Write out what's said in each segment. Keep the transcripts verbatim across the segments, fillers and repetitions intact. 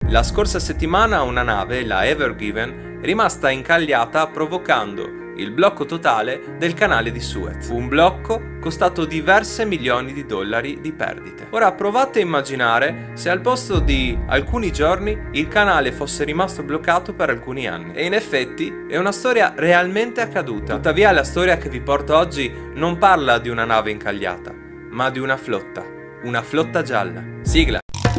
La scorsa settimana una nave, la Ever Given, è rimasta incagliata provocando il blocco totale del canale di Suez. Un blocco costato diverse milioni di dollari di perdite. Ora provate a immaginare se al posto di alcuni giorni il canale fosse rimasto bloccato per alcuni anni. E in effetti è una storia realmente accaduta. Tuttavia la storia che vi porto oggi non parla di una nave incagliata, ma di una flotta. Una flotta gialla. Sigla.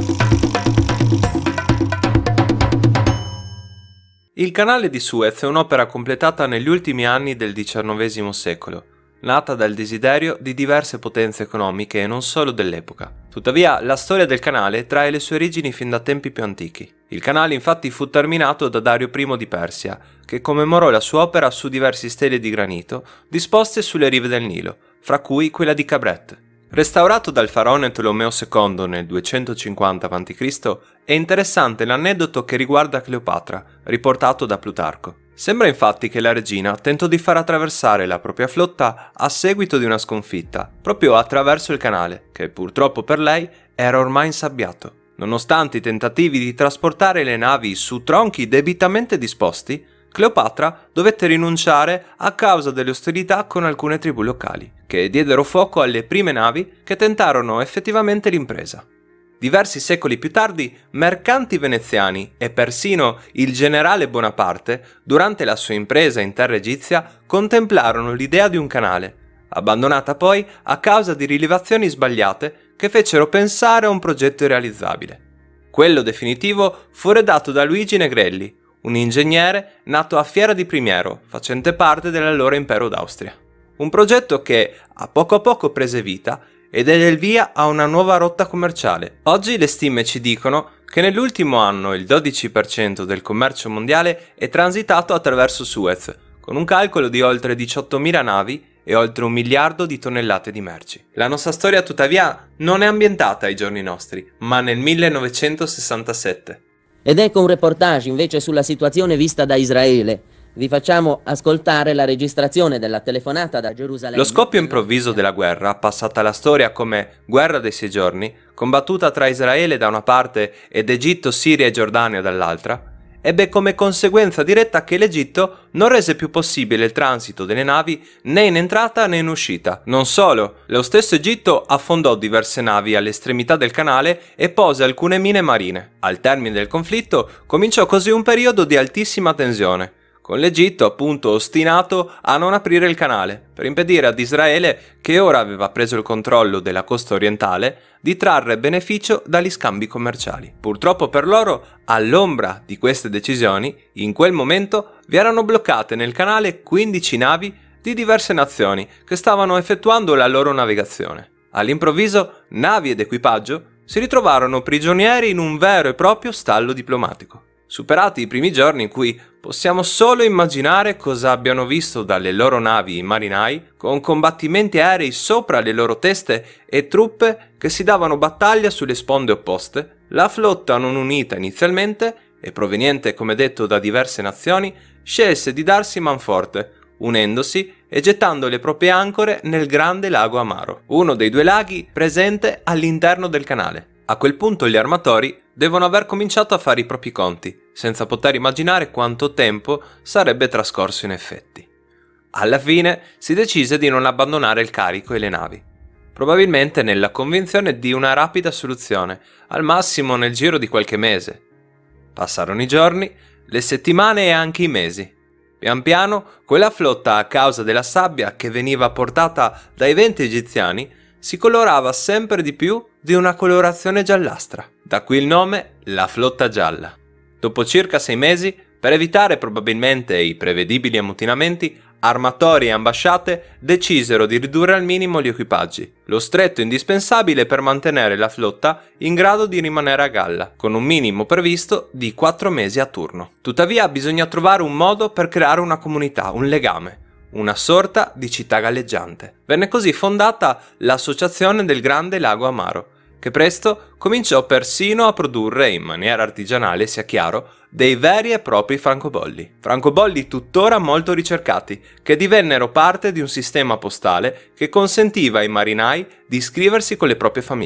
Il canale di Suez è un'opera completata negli ultimi anni del diciannovesimo secolo, nata dal desiderio di diverse potenze economiche e non solo dell'epoca. Tuttavia, la storia del canale trae le sue origini fin da tempi più antichi. Il canale infatti fu terminato da Dario primo di Persia, che commemorò la sua opera su diverse stele di granito disposte sulle rive del Nilo, fra cui quella di Cabret. Restaurato dal faraone Tolomeo secondo nel duecentocinquanta avanti Cristo, è interessante l'aneddoto che riguarda Cleopatra, riportato da Plutarco. Sembra infatti che la regina tentò di far attraversare la propria flotta a seguito di una sconfitta, proprio attraverso il canale, che purtroppo per lei era ormai insabbiato. Nonostante i tentativi di trasportare le navi su tronchi debitamente disposti, Cleopatra dovette rinunciare a causa delle ostilità con alcune tribù locali, che diedero fuoco alle prime navi che tentarono effettivamente l'impresa. Diversi secoli più tardi, mercanti veneziani e persino il generale Bonaparte, durante la sua impresa in terra egizia, contemplarono l'idea di un canale, abbandonata poi a causa di rilevazioni sbagliate che fecero pensare a un progetto irrealizzabile. Quello definitivo fu redatto da Luigi Negrelli, un ingegnere nato a Fiera di Primiero, facente parte dell'allora Impero d'Austria. Un progetto che a poco a poco prese vita ed è il via a una nuova rotta commerciale. Oggi le stime ci dicono che nell'ultimo anno il dodici per cento del commercio mondiale è transitato attraverso Suez, con un calcolo di oltre diciottomila navi e oltre un miliardo di tonnellate di merci. La nostra storia tuttavia non è ambientata ai giorni nostri, ma nel millenovecentosessantasette. Ed ecco un reportage invece sulla situazione vista da Israele. Vi facciamo ascoltare la registrazione della telefonata da Gerusalemme. Lo scoppio improvviso della guerra, passata alla storia come Guerra dei Sei Giorni, combattuta tra Israele da una parte ed Egitto, Siria e Giordania dall'altra, ebbe come conseguenza diretta che l'Egitto non rese più possibile il transito delle navi né in entrata né in uscita. Non solo, lo stesso Egitto affondò diverse navi all'estremità del canale e pose alcune mine marine. Al termine del conflitto cominciò così un periodo di altissima tensione, con l'Egitto appunto ostinato a non aprire il canale, per impedire ad Israele, che ora aveva preso il controllo della costa orientale, di trarre beneficio dagli scambi commerciali. Purtroppo per loro, all'ombra di queste decisioni, in quel momento vi erano bloccate nel canale quindici navi di diverse nazioni che stavano effettuando la loro navigazione. All'improvviso, navi ed equipaggio si ritrovarono prigionieri in un vero e proprio stallo diplomatico. Superati i primi giorni in cui possiamo solo immaginare cosa abbiano visto dalle loro navi i marinai, con combattimenti aerei sopra le loro teste e truppe che si davano battaglia sulle sponde opposte, la flotta non unita inizialmente, e proveniente come detto da diverse nazioni, scelse di darsi manforte, unendosi e gettando le proprie ancore nel grande lago Amaro, uno dei due laghi presente all'interno del canale. A quel punto gli armatori devono aver cominciato a fare i propri conti, senza poter immaginare quanto tempo sarebbe trascorso in effetti. Alla fine si decise di non abbandonare il carico e le navi, probabilmente nella convinzione di una rapida soluzione, al massimo nel giro di qualche mese. Passarono i giorni, le settimane e anche i mesi. Pian piano, quella flotta, a causa della sabbia che veniva portata dai venti egiziani, si colorava sempre di più di una colorazione giallastra. Da qui il nome, la flotta gialla. Dopo circa sei mesi, per evitare probabilmente i prevedibili ammutinamenti, armatori e ambasciate decisero di ridurre al minimo gli equipaggi, lo stretto indispensabile per mantenere la flotta in grado di rimanere a galla, con un minimo previsto di quattro mesi a turno. Tuttavia bisogna trovare un modo per creare una comunità, un legame, una sorta di città galleggiante. Venne così fondata l'Associazione del Grande Lago Amaro, che presto cominciò persino a produrre in maniera artigianale, sia chiaro, dei veri e propri francobolli. Francobolli tuttora molto ricercati, che divennero parte di un sistema postale che consentiva ai marinai di iscriversi con le proprie famiglie.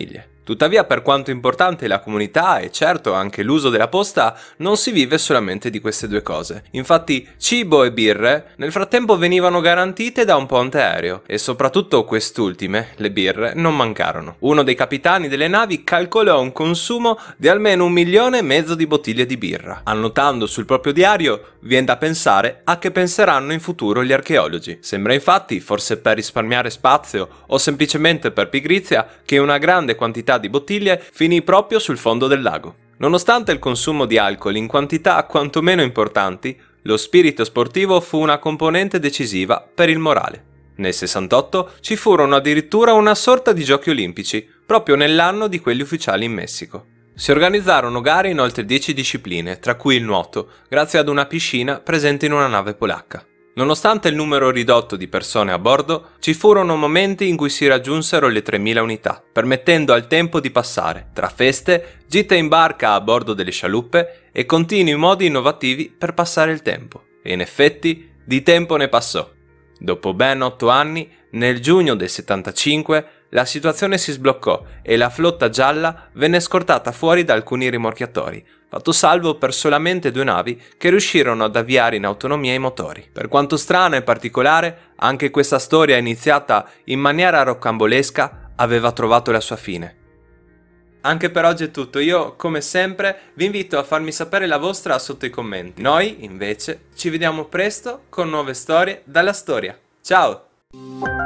Tuttavia, per quanto importante la comunità e certo anche l'uso della posta, non si vive solamente di queste due cose. Infatti, cibo e birre nel frattempo venivano garantite da un ponte aereo e soprattutto quest'ultime, le birre, non mancarono. Uno dei capitani delle navi calcolò un consumo di almeno un milione e mezzo di bottiglie di birra. Annotando sul proprio diario, viene da pensare a che penseranno in futuro gli archeologi. Sembra infatti, forse per risparmiare spazio o semplicemente per pigrizia, che una grande quantità di bottiglie finì proprio sul fondo del lago. Nonostante il consumo di alcol in quantità quantomeno importanti, lo spirito sportivo fu una componente decisiva per il morale. Nel sessantotto ci furono addirittura una sorta di giochi olimpici, proprio nell'anno di quelli ufficiali in Messico. Si organizzarono gare in oltre dieci discipline, tra cui il nuoto, grazie ad una piscina presente in una nave polacca. Nonostante il numero ridotto di persone a bordo, ci furono momenti in cui si raggiunsero le tremila unità, permettendo al tempo di passare, tra feste, gite in barca a bordo delle scialuppe e continui modi innovativi per passare il tempo. E in effetti, di tempo ne passò. Dopo ben otto anni, nel giugno del settantacinque, la situazione si sbloccò e la flotta gialla venne scortata fuori da alcuni rimorchiatori, fatto salvo per solamente due navi che riuscirono ad avviare in autonomia i motori. Per quanto strana e particolare, anche questa storia iniziata in maniera roccambolesca aveva trovato la sua fine. Anche per oggi è tutto, io come sempre vi invito a farmi sapere la vostra sotto i commenti. Noi invece ci vediamo presto con nuove storie dalla storia. Ciao!